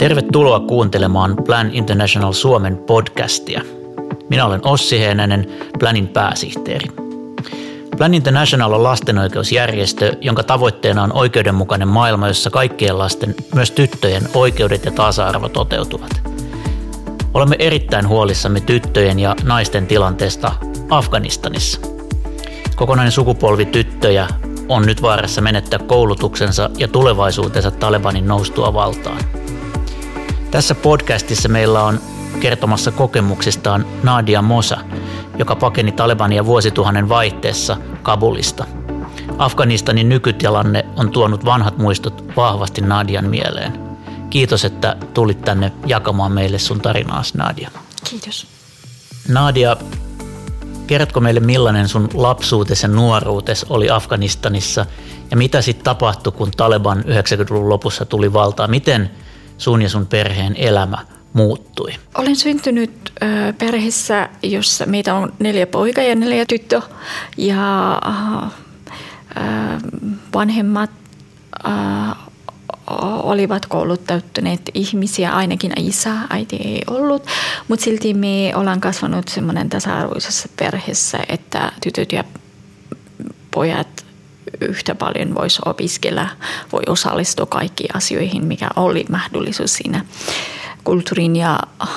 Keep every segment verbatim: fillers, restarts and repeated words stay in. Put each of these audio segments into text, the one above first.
Tervetuloa kuuntelemaan Plan International Suomen podcastia. Minä olen Ossi Heinänen, Planin pääsihteeri. Plan International on lastenoikeusjärjestö, jonka tavoitteena on oikeudenmukainen maailma, jossa kaikkien lasten, myös tyttöjen, oikeudet ja tasa-arvo toteutuvat. Olemme erittäin huolissamme tyttöjen ja naisten tilanteesta Afganistanissa. Kokonainen sukupolvi tyttöjä on nyt vaarassa menettää koulutuksensa ja tulevaisuutensa Talebanin noustua valtaan. Tässä podcastissa meillä on kertomassa kokemuksistaan Nadia Mosa, joka pakeni Talebania vuosituhannen vaihteessa Kabulista. Afganistanin nykytilanne on tuonut vanhat muistot vahvasti Nadian mieleen. Kiitos, että tulit tänne jakamaan meille sun tarinaasi, Nadia. Kiitos. Nadia, kerrotko meille, millainen sun lapsuutesi ja nuoruutesi oli Afganistanissa ja mitä sitten tapahtui, kun Taleban yhdeksänkymmentäluvun lopussa tuli valtaan? Miten sun ja sun perheen elämä muuttui? Olen syntynyt äh, perheessä, jossa meitä on neljä poikaa ja neljä tyttöä. Ja äh, vanhemmat äh, olivat kouluttautuneet ihmisiä, ainakin isä, äiti ei ollut. Mutta silti me ollaan kasvanut semmoinen tasa-arvoisessa perheessä, että tytöt ja pojat yhtä paljon voisi opiskella, voi osallistua kaikkiin asioihin, mikä oli mahdollisuus siinä kulttuurin ja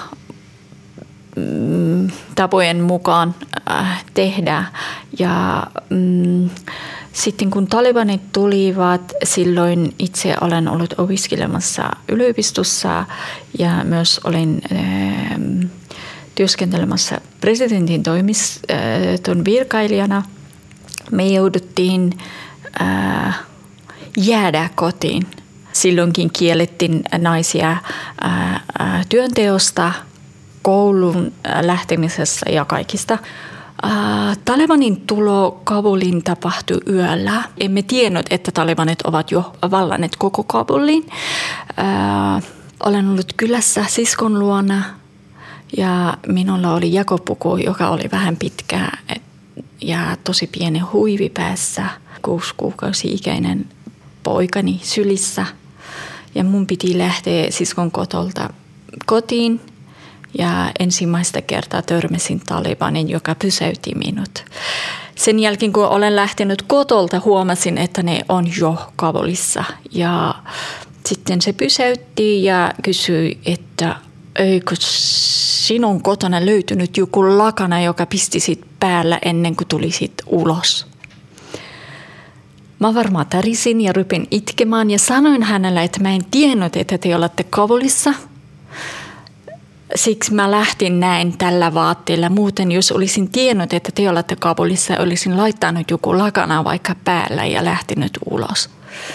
mm, tapojen mukaan äh, tehdä. Ja mm, sitten kun Talebanit tulivat, silloin itse olen ollut opiskelemassa yliopistossa ja myös olen äh, työskentelemässä presidentin toimiston virkailijana. Me jouduttiin äh, jäädä kotiin. Silloinkin kiellettiin naisia äh, äh, työnteosta, koulun äh, lähtemisessä ja kaikista. Äh, Talebanin tulo Kabulin tapahtui yöllä. Emme tiennyt, että Talebanit ovat jo vallanneet koko Kabulin. Äh, olen ollut kylässä siskon luona ja minulla oli jakopuku, joka oli vähän pitkää ja tosi pieni huivi päässä, kuusi kuukausi-ikäinen poikani sylissä. Ja mun piti lähteä siskon kotolta kotiin ja ensimmäistä kertaa törmäsin Talebanin, joka pysäytti minut. Sen jälkeen, kun olen lähtenyt kotolta, huomasin, että ne on jo Kabulissa. Ja sitten se pysäytti ja kysyi, että eikö sinun kotona löytynyt joku lakana, joka pistisit päällä ennen kuin tulisit ulos? Mä varmaan tärisin ja rypin itkemään ja sanoin hänelle, että mä en tiennyt, että te olette Kabulissa. Siksi mä lähtin näin tällä vaatteella. Muuten, jos olisin tiennyt, että te olette Kabulissa, olisin laittanut joku lakana vaikka päällä ja lähtenyt ulos.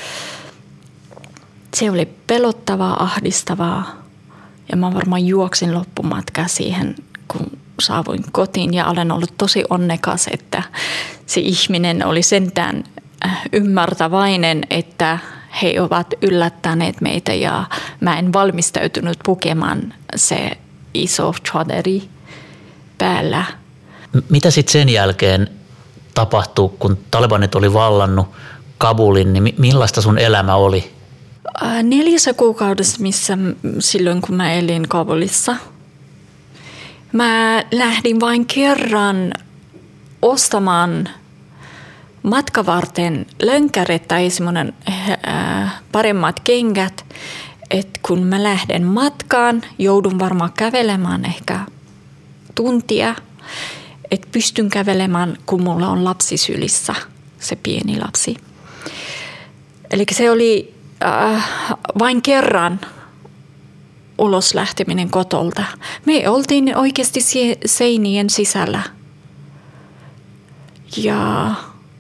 Se oli pelottavaa, ahdistavaa. Ja mä varmaan juoksin loppumatkaa siihen, kun saavuin kotiin. Ja olen ollut tosi onnekas, että se ihminen oli sentään ymmärtäväinen, että he ovat yllättäneet meitä. Ja mä en valmistautunut pukemaan se iso chaderi päällä. Mitä sitten sen jälkeen tapahtui, kun Talebanit oli vallannut Kabulin, niin millaista sun elämä oli? Neljässä kuukaudessa, missä silloin kun mä elin Kabulissa, mä lähdin vain kerran ostamaan matkavarten lönkäret tai semmoinen äh, paremmat kengät, että kun mä lähden matkaan, joudun varmaan kävelemään ehkä tuntia, että pystyn kävelemään, kun mulla on lapsi sylissä, se pieni lapsi. Eli se oli äh, vain kerran ulos lähteminen kotolta. Me oltiin oikeasti seinien sisällä. Ja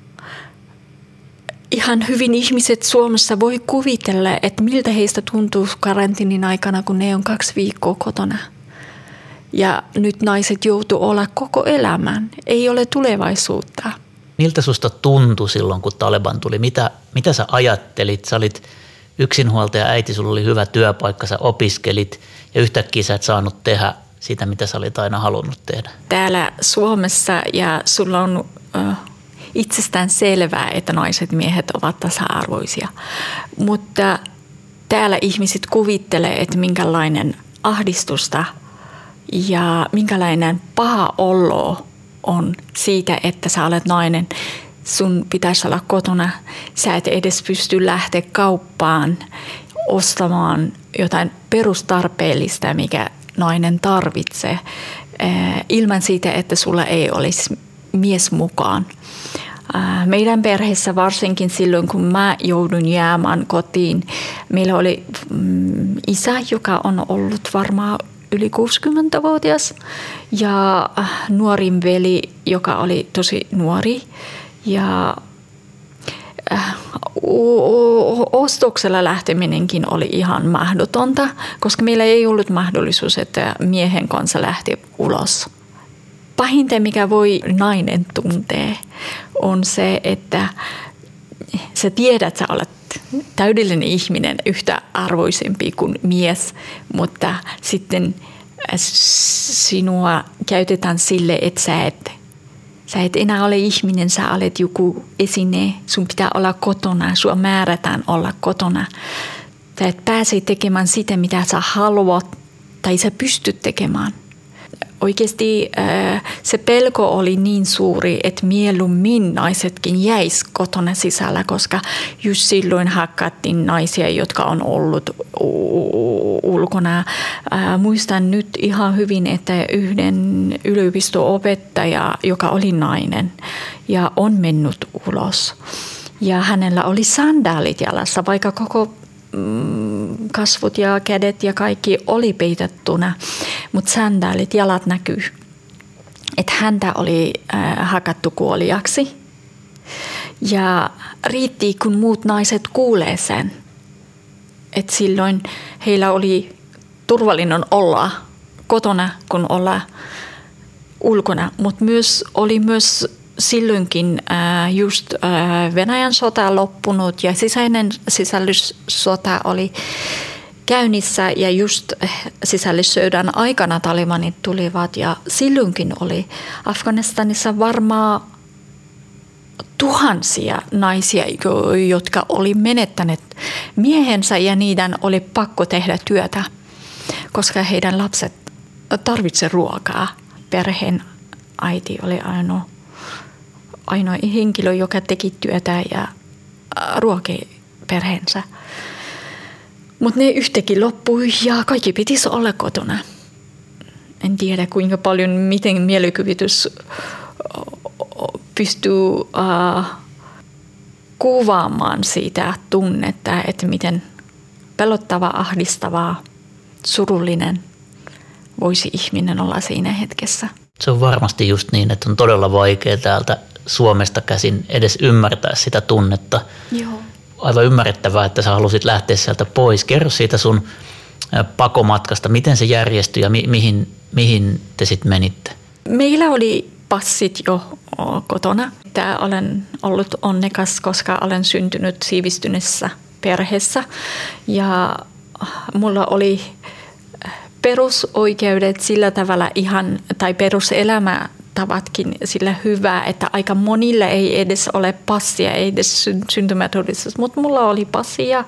ihan hyvin ihmiset Suomessa voi kuvitella, että miltä heistä tuntuu karantinin aikana, kun ne on kaksi viikkoa kotona. Ja nyt naiset joutuu olla koko elämän. Ei ole tulevaisuutta. Miltä susta tuntui silloin, kun Taleban tuli? Mitä, mitä sä ajattelit? Sä olit yksinhuoltaja äiti, sulla oli hyvä työpaikka, sä opiskelit ja yhtäkkiä sä et saanut tehdä sitä, mitä sä olit aina halunnut tehdä. Täällä Suomessa ja sulla on äh, itsestään selvää, että naiset miehet ovat tasa-arvoisia. Mutta täällä ihmiset kuvittelee, että minkälainen ahdistusta ja minkälainen paha olo on siitä, että sä olet nainen. Sun pitäisi olla kotona. Sä et edes pysty lähteä kauppaan ostamaan jotain perustarpeellista, mikä nainen tarvitsee, ilman siitä, että sulla ei olisi mies mukaan. Meidän perheessä varsinkin silloin, kun mä joudun jäämään kotiin, meillä oli isä, joka on ollut varmaan yli kuusikymmentävuotias ja nuorin veli, joka oli tosi nuori. Ja ostoksella lähteminenkin oli ihan mahdotonta, koska meillä ei ollut mahdollisuus, että miehen kanssa lähti ulos. Pahinta, mikä voi nainen tuntee, on se, että sä tiedät, että sä olet täydellinen ihminen, yhtä arvoisempi kuin mies, mutta sitten sinua käytetään sille, että sä et, sä et enää ole ihminen, sä olet joku esine, sun pitää olla kotona, sua määrätään olla kotona. Sä et pääse tekemään sitä, mitä sä haluat tai sä pystyt tekemään. Oikeasti se pelko oli niin suuri, että mieluummin naisetkin jäis kotona sisällä, koska just silloin hakattiin naisia, jotka on ollut ulkona. Muistan nyt ihan hyvin, että yhden yliopisto-opettaja, joka oli nainen ja on mennyt ulos. Ja hänellä oli sandaalit jalassa, vaikka koko kasvot ja kädet ja kaikki oli peitettuna, mutta sandaalit, jalat näkyy. Että häntä oli äh, hakattu kuoliaksi. Ja riitti, kun muut naiset kuulee sen. Että silloin heillä oli turvallinen olla kotona, kun olla ulkona. Mutta myös oli myös silloinkin äh, just äh, Venäjän sota loppunut ja sisäinen sisällissota oli käynnissä ja just sisällissodan aikana talibanit tulivat ja silloinkin oli Afganistanissa varmaan tuhansia naisia, jotka oli menettäneet miehensä ja niiden oli pakko tehdä työtä, koska heidän lapset tarvitsevat ruokaa. Perheen äiti oli ainoa. ainoa henkilö, joka teki työtä ja ruoki perheensä. Mutta ne yhtäkkiä loppui ja kaikki pitisi olla kotona. En tiedä kuinka paljon, miten mielikuvitus pystyy uh, kuvaamaan siitä tunnetta, että miten pelottava, ahdistava, surullinen voisi ihminen olla siinä hetkessä. Se on varmasti just niin, että on todella vaikea täältä Suomesta käsin edes ymmärtää sitä tunnetta. Joo. Aivan ymmärrettävää, että sä halusit lähteä sieltä pois. Kerro siitä sun pakomatkasta, miten se järjestyi ja mi- mihin, mihin te sitten menitte? Meillä oli passit jo kotona. Tää olen ollut onnekas, koska olen syntynyt siivistyneessä perheessä ja mulla oli perusoikeudet sillä tavalla ihan, tai peruselämä tavatkin sillä hyvää, että aika monilla ei edes ole passia, ei edes syntymätodistus, mutta mulla oli passi ja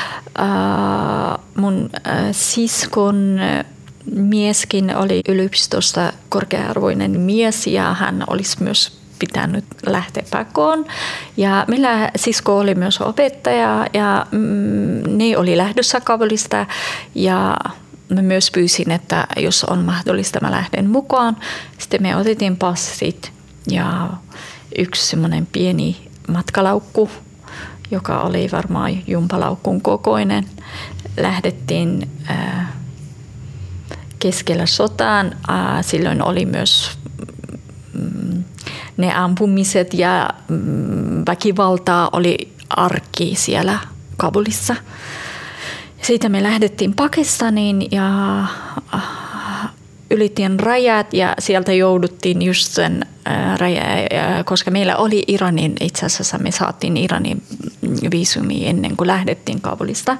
äh, mun äh, siskon mieskin oli yliopistosta korkea-arvoinen mies ja hän olisi myös pitänyt lähteä pakoon. Ja meillä sisko oli myös opettaja ja mm, ne oli lähdössä Kabulista ja mä myös pyysin, että jos on mahdollista, mä lähden mukaan. Sitten me otettiin passit ja yksi semmoinen pieni matkalaukku, joka oli varmaan jumpalaukun kokoinen. Lähdettiin äh, keskellä sotaan. Äh, silloin oli myös mm, ne ampumiset ja mm, väkivaltaa oli arki siellä Kabulissa. Siitä me lähdettiin Pakistaniin ja ylittiin rajat ja sieltä jouduttiin just sen raja, koska meillä oli Iranin, itse asiassa me saatiin Iranin viisumi ennen kuin lähdettiin Kabulista.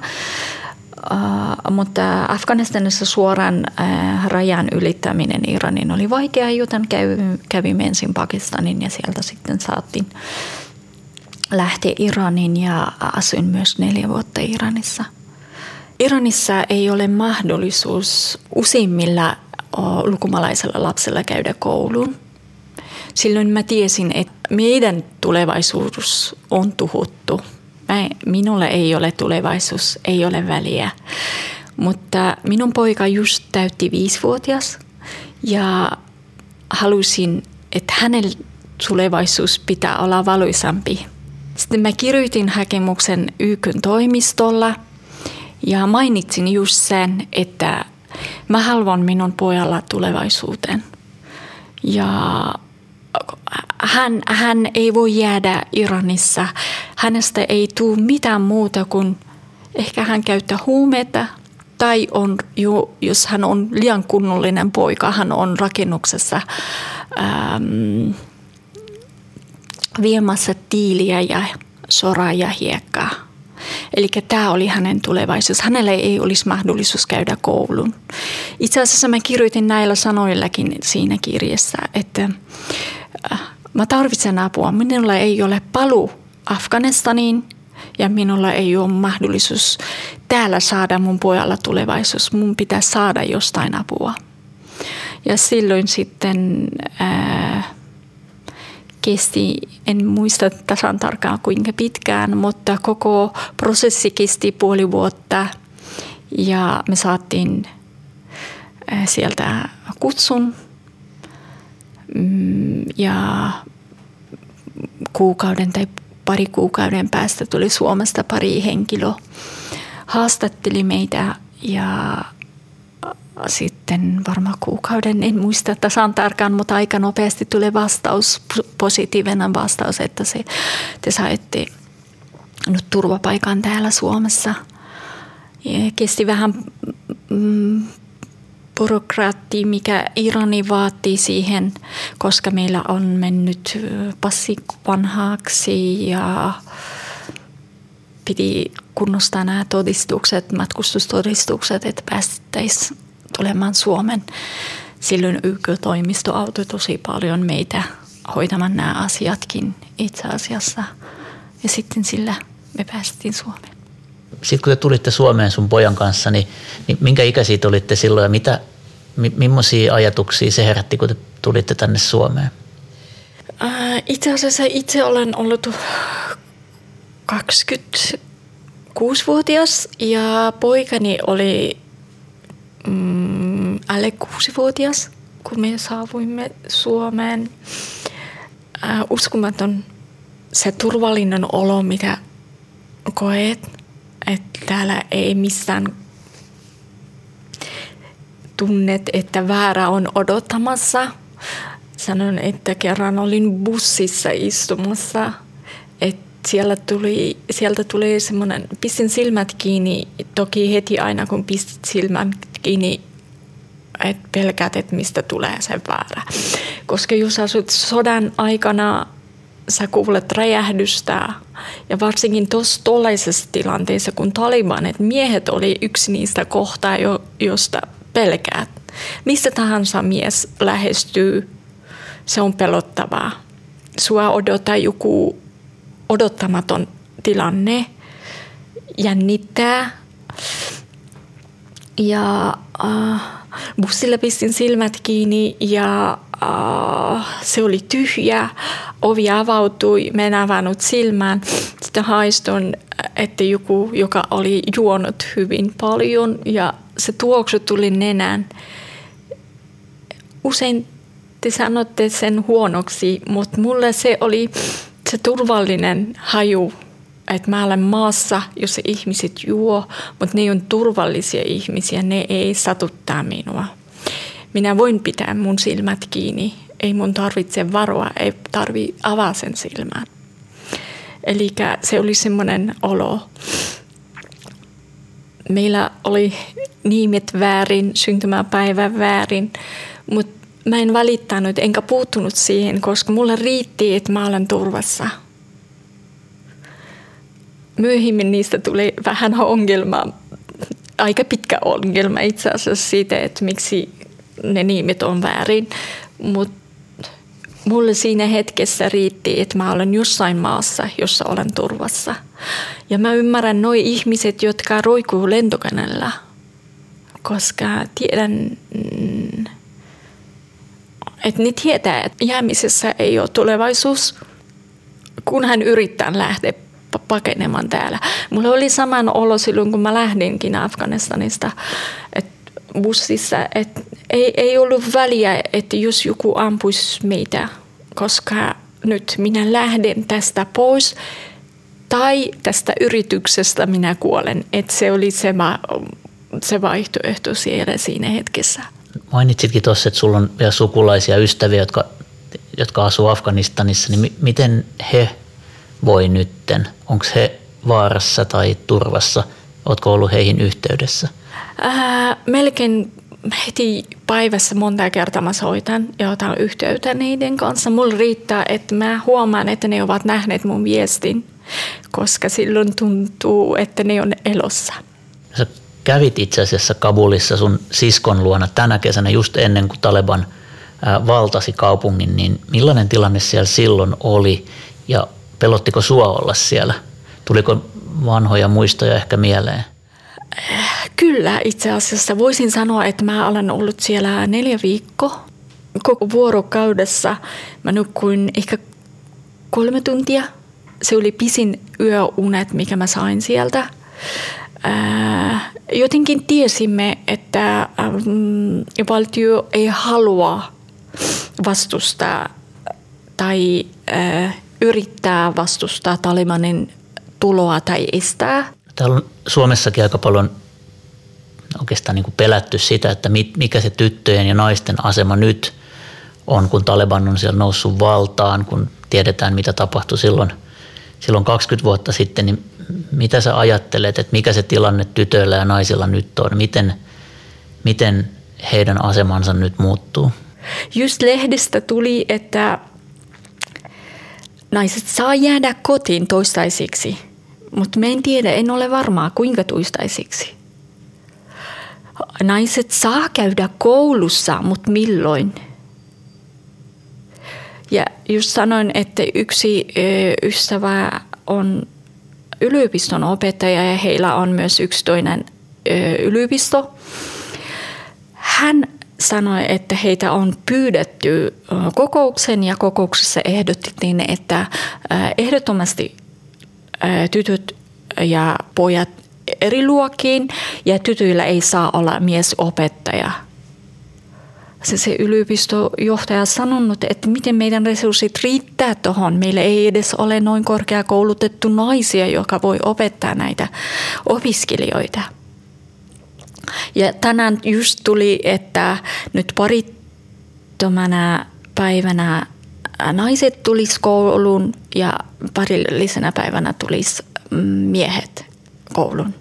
Uh, mutta Afganistanissa suoraan uh, rajan ylittäminen Iranin oli vaikea, joten kävimme ensin Pakistanin ja sieltä sitten saatiin lähteä Iraniin ja asuin myös neljä vuotta Iranissa. Iranissa ei ole mahdollisuus useimmilla ulkomaalaisella lapsella käydä kouluun. Silloin mä tiesin, että meidän tulevaisuus on tuhottu. Minulla ei ole tulevaisuus, ei ole väliä. Mutta minun poika just täytti viisivuotias ja halusin, että hänen tulevaisuus pitää olla valoisampi. Sitten mä kirjoitin hakemuksen Y K:n toimistolla ja mainitsin just sen, että mä haluan minun pojalla tulevaisuuteen. Ja hän, hän ei voi jäädä Iranissa. Hänestä ei tule mitään muuta kuin ehkä hän käyttää huumeita tai on, jos hän on liian kunnollinen poika, hän on rakennuksessa ähm, viemässä tiiliä ja soraa ja hiekkaa. Eli tämä oli hänen tulevaisuus. Hänellä ei olisi mahdollisuus käydä koulun. Itse asiassa mä kirjoitin näillä sanoillakin siinä kirjassa, että mä tarvitsen apua. Minulla ei ole paluu Afganistaniin ja minulla ei ole mahdollisuus täällä saada mun pojalla tulevaisuus. Mun pitää saada jostain apua. Ja silloin sitten ää, kesti, en muista tasan tarkkaan kuinka pitkään, mutta koko prosessi kesti puoli vuotta ja me saatiin ää, sieltä kutsun. Ja kuukauden tai pari kuukauden päästä tuli Suomesta pari henkilöä. Haastatteli meitä ja sitten varmaan kuukauden, en muista tasan tarkkaan, mutta aika nopeasti tuli vastaus, positiivinen vastaus, että se, te saitte nyt turvapaikan täällä Suomessa. Ja kesti vähän mm, byrokraatti, mikä Irani vaatii siihen, koska meillä on mennyt passi vanhaksi ja piti kunnostaa nämä todistukset, matkustustodistukset, että päästäisiin tulemaan Suomen. Silloin Y K-toimisto auttoi tosi paljon meitä hoitamaan nämä asiatkin itse asiassa. Ja sitten sillä me päästiin Suomeen. Sitten kun te tulitte Suomeen sun pojan kanssa, niin, niin minkä ikäisiä te olitte silloin ja mitä, mi, millaisia ajatuksia se herätti, kun te tulitte tänne Suomeen? Äh, itse asiassa itse olen ollut kaksikymmentäkuusivuotias ja poikani oli mm, alle kuusivuotias, kun me saavuimme Suomeen. Äh, uskomaton se turvallinen olo, mitä koet, että täällä ei missään tunnet, että väärä on odottamassa. Sanon, että kerran olin bussissa istumassa, että siellä tuli, sieltä tuli semmoinen, pistin silmät kiinni, toki heti aina kun pistit silmät kiinni, että pelkäät, että mistä tulee se väärä. Koska jos asut sodan aikana, sä kuulet räjähdystä ja varsinkin tuossa tollaisessa tilanteessa, kun Talibanit miehet oli yksi niistä kohtaa, josta pelkäät. Mistä tahansa mies lähestyy, se on pelottavaa. Sua odottaa joku odottamaton tilanne, jännittää. Ja äh, bussilla pistin silmät kiinni ja äh, se oli tyhjä. Ovi avautui, mä en avannut silmään. Sitten haistun, että joku, joka oli juonut hyvin paljon ja se tuoksu tuli nenään. Usein te sanotte sen huonoksi, mutta mulle se oli se turvallinen haju, että mä olen maassa, jossa ihmiset juo, mutta ne on turvallisia ihmisiä, ne ei satuttaa minua. Minä voin pitää mun silmät kiinni, ei mun tarvitse varoa, ei tarvi avaa sen silmään. Eli se oli semmoinen olo. Meillä oli nimet väärin, syntymäpäivä väärin, mutta mä en välittänyt enkä puuttunut siihen, koska mulle riitti, että mä olen turvassa. Myöhemmin niistä tuli vähän ongelmaa, aika pitkä ongelma itse asiassa siitä, että miksi ne nimet on väärin. Mutta mulle siinä hetkessä riitti, että mä olen jossain maassa, jossa olen turvassa. Ja mä ymmärrän noi ihmiset, jotka roikkuu lentokoneella, koska tiedän, että ne tietää, että jäämisessä ei ole tulevaisuus, kun hän yrittää lähteä pakenemaan täällä. Mulla oli saman olo silloin, kun mä lähdinkin Afganistanista, että bussissa, että ei, ei ollut väliä, että jos joku ampuisi meitä, koska nyt minä lähden tästä pois tai tästä yrityksestä minä kuolen. Että se oli se, se vaihtoehto siellä siinä hetkessä. Mainitsitkin tuossa, että sulla on vielä sukulaisia ystäviä, jotka, jotka asuu Afganistanissa, niin miten he voi nytten? Onko he vaarassa tai turvassa? Oletko ollut heihin yhteydessä? Ää, melkein heti päivässä monta kertaa mä soitan ja otan yhteyttä niiden kanssa. Mulla riittää, että mä huomaan, että ne ovat nähneet mun viestin, koska silloin tuntuu, että ne on elossa. Sä kävit itse asiassa Kabulissa sun siskon luona tänä kesänä just ennen kuin Taleban valtasi kaupungin, niin millainen tilanne siellä silloin oli ja pelottiko sua olla siellä? Tuliko vanhoja muistoja ehkä mieleen? Kyllä, itse asiassa voisin sanoa, että mä olen ollut siellä neljä viikkoa. Koko vuorokaudessa mä nukuin ehkä kolme tuntia. Se oli pisin yöunet, mikä mä sain sieltä. Ää, jotenkin tiesimme, että äm, valtio ei halua vastustaa tai ää, yrittää vastustaa Talibanin tuloa tai estää. Täällä on Suomessakin aika paljon oikeastaan niin kuin pelätty sitä, että mikä se tyttöjen ja naisten asema nyt on, kun Taliban on siellä noussut valtaan, kun tiedetään, mitä tapahtui silloin, silloin kaksikymmentä vuotta sitten, niin mitä sä ajattelet, että mikä se tilanne tytöillä ja naisilla nyt on? Miten, miten heidän asemansa nyt muuttuu? Just lehdistä tuli, että naiset saa jäädä kotiin toistaiseksi, mutta mä en tiedä, en ole varmaa kuinka toistaiseksi. Naiset saa käydä koulussa, mutta milloin? Ja just sanoin, että yksi ö, ystävä on yliopiston opettaja ja heillä on myös yksi toinen ö, yliopisto. Hän sanoi, että heitä on pyydetty kokouksen ja kokouksessa ehdotettiin, että ehdottomasti tytöt ja pojat eri luokkiin ja tytöillä ei saa olla miesopettaja. Se, se yliopistojohtaja on sanonut, että miten meidän resurssit riittää tuohon. Meillä ei edes ole noin korkeakoulutettu naisia, joka voi opettaa näitä opiskelijoita. Ja tänään just tuli, että nyt parittomana päivänä naiset tulisi kouluun ja parillisena päivänä tulisi miehet kouluun.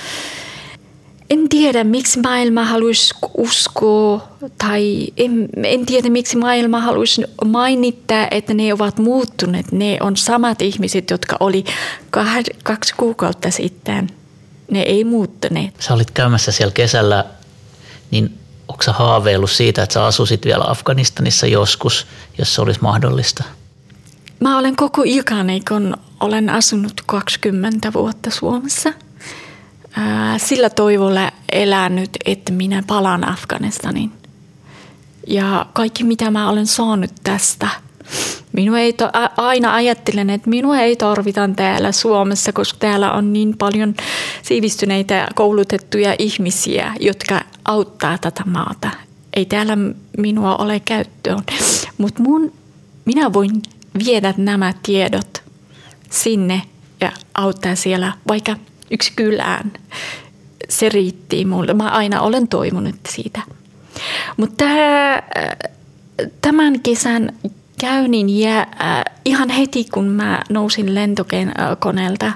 En tiedä, miksi maailma haluaisi uskoa tai en, en tiedä, miksi maailma haluaisi mainittaa, että ne ovat muuttuneet. Ne on samat ihmiset, jotka oli kaksi kuukautta sitten. Ne ei muuttuneet. Sä olit käymässä siellä kesällä, niin onko sä haaveillut siitä, että sä asusit vielä Afganistanissa joskus, jos se olisi mahdollista? Mä olen koko ikäni, kun olen asunut kaksikymmentä vuotta Suomessa. Sillä toivolla elänyt, että minä palaan Afganistaniin. Ja kaikki, mitä mä olen saanut tästä, minua ei to, aina ajattelen, että minua ei tarvita täällä Suomessa, koska täällä on niin paljon sivistyneitä koulutettuja ihmisiä, jotka auttaa tätä maata. Ei täällä minua ole käyttöön, mutta minä voin viedä nämä tiedot sinne ja auttaa siellä vaikka yksi kylään. Se riitti mulle. Mä aina olen toivonut siitä. Mutta tämän kesän käynnin ja äh, ihan heti, kun mä nousin lentokoneelta,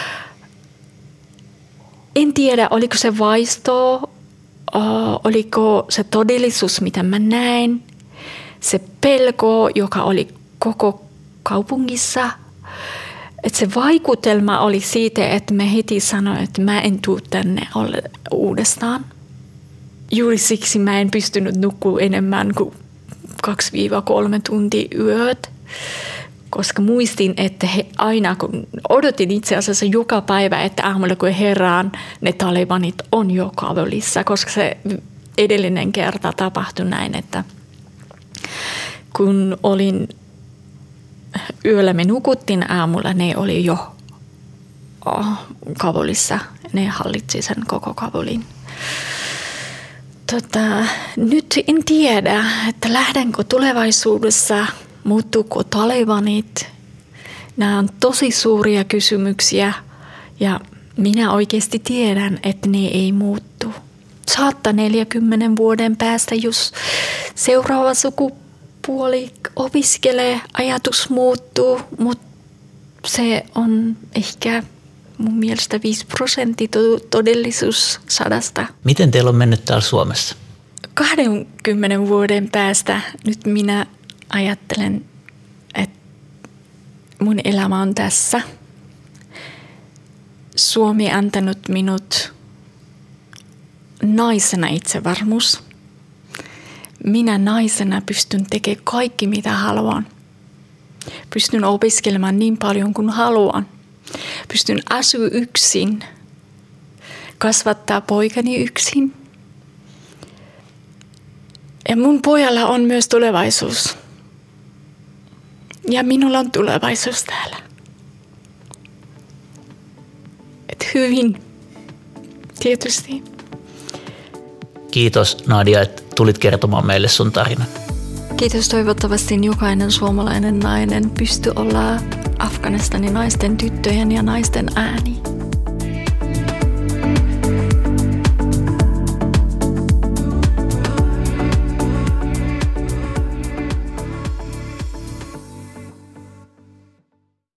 en tiedä, oliko se vaisto, äh, oliko se todellisuus, mitä mä näin, se pelko, joka oli koko kaupungissa. Että se vaikutelma oli siitä, että mä heti sanoin, että mä en tule tänne uudestaan. Juuri siksi mä en pystynyt nukkua enemmän kuin kaksi kolme tuntia yöt, koska muistin, että he aina, kun odotin itse asiassa joka päivä, että aamulla kun herään, ne talibanit on jo Kabulissa, koska se edellinen kerta tapahtui näin, että kun olin yöllä me nukuttiin aamulla, ne oli jo oh, Kabulissa, ne hallitsi sen koko Kabulin. Tota, nyt en tiedä, että lähdenkö tulevaisuudessa, muuttuuko talibanit. Nämä on tosi suuria kysymyksiä ja minä oikeasti tiedän, että ne ei muuttu. Saattaa neljänkymmenen vuoden päästä, jos seuraava sukupuoli opiskelee, ajatus muuttuu, mutta se on ehkä mun mielestä viisi prosenttia todellisuus sadasta. Miten teillä on mennyt täällä Suomessa? kahdenkymmenen vuoden päästä nyt minä ajattelen, että mun elämä on tässä. Suomi on antanut minut naisena itsevarmuus. Minä naisena pystyn tekemään kaikki, mitä haluan. Pystyn opiskelemaan niin paljon kuin haluan. Pystyn asua yksin, kasvattaa poikani yksin. Ja mun pojalla on myös tulevaisuus. Ja minulla on tulevaisuus täällä. Et hyvin, tietysti. Kiitos Nadia, että tulit kertomaan meille sun tarinan. Kiitos, toivottavasti jokainen suomalainen nainen pystyy olla Afganistanin naisten, tyttöjen ja naisten ääni.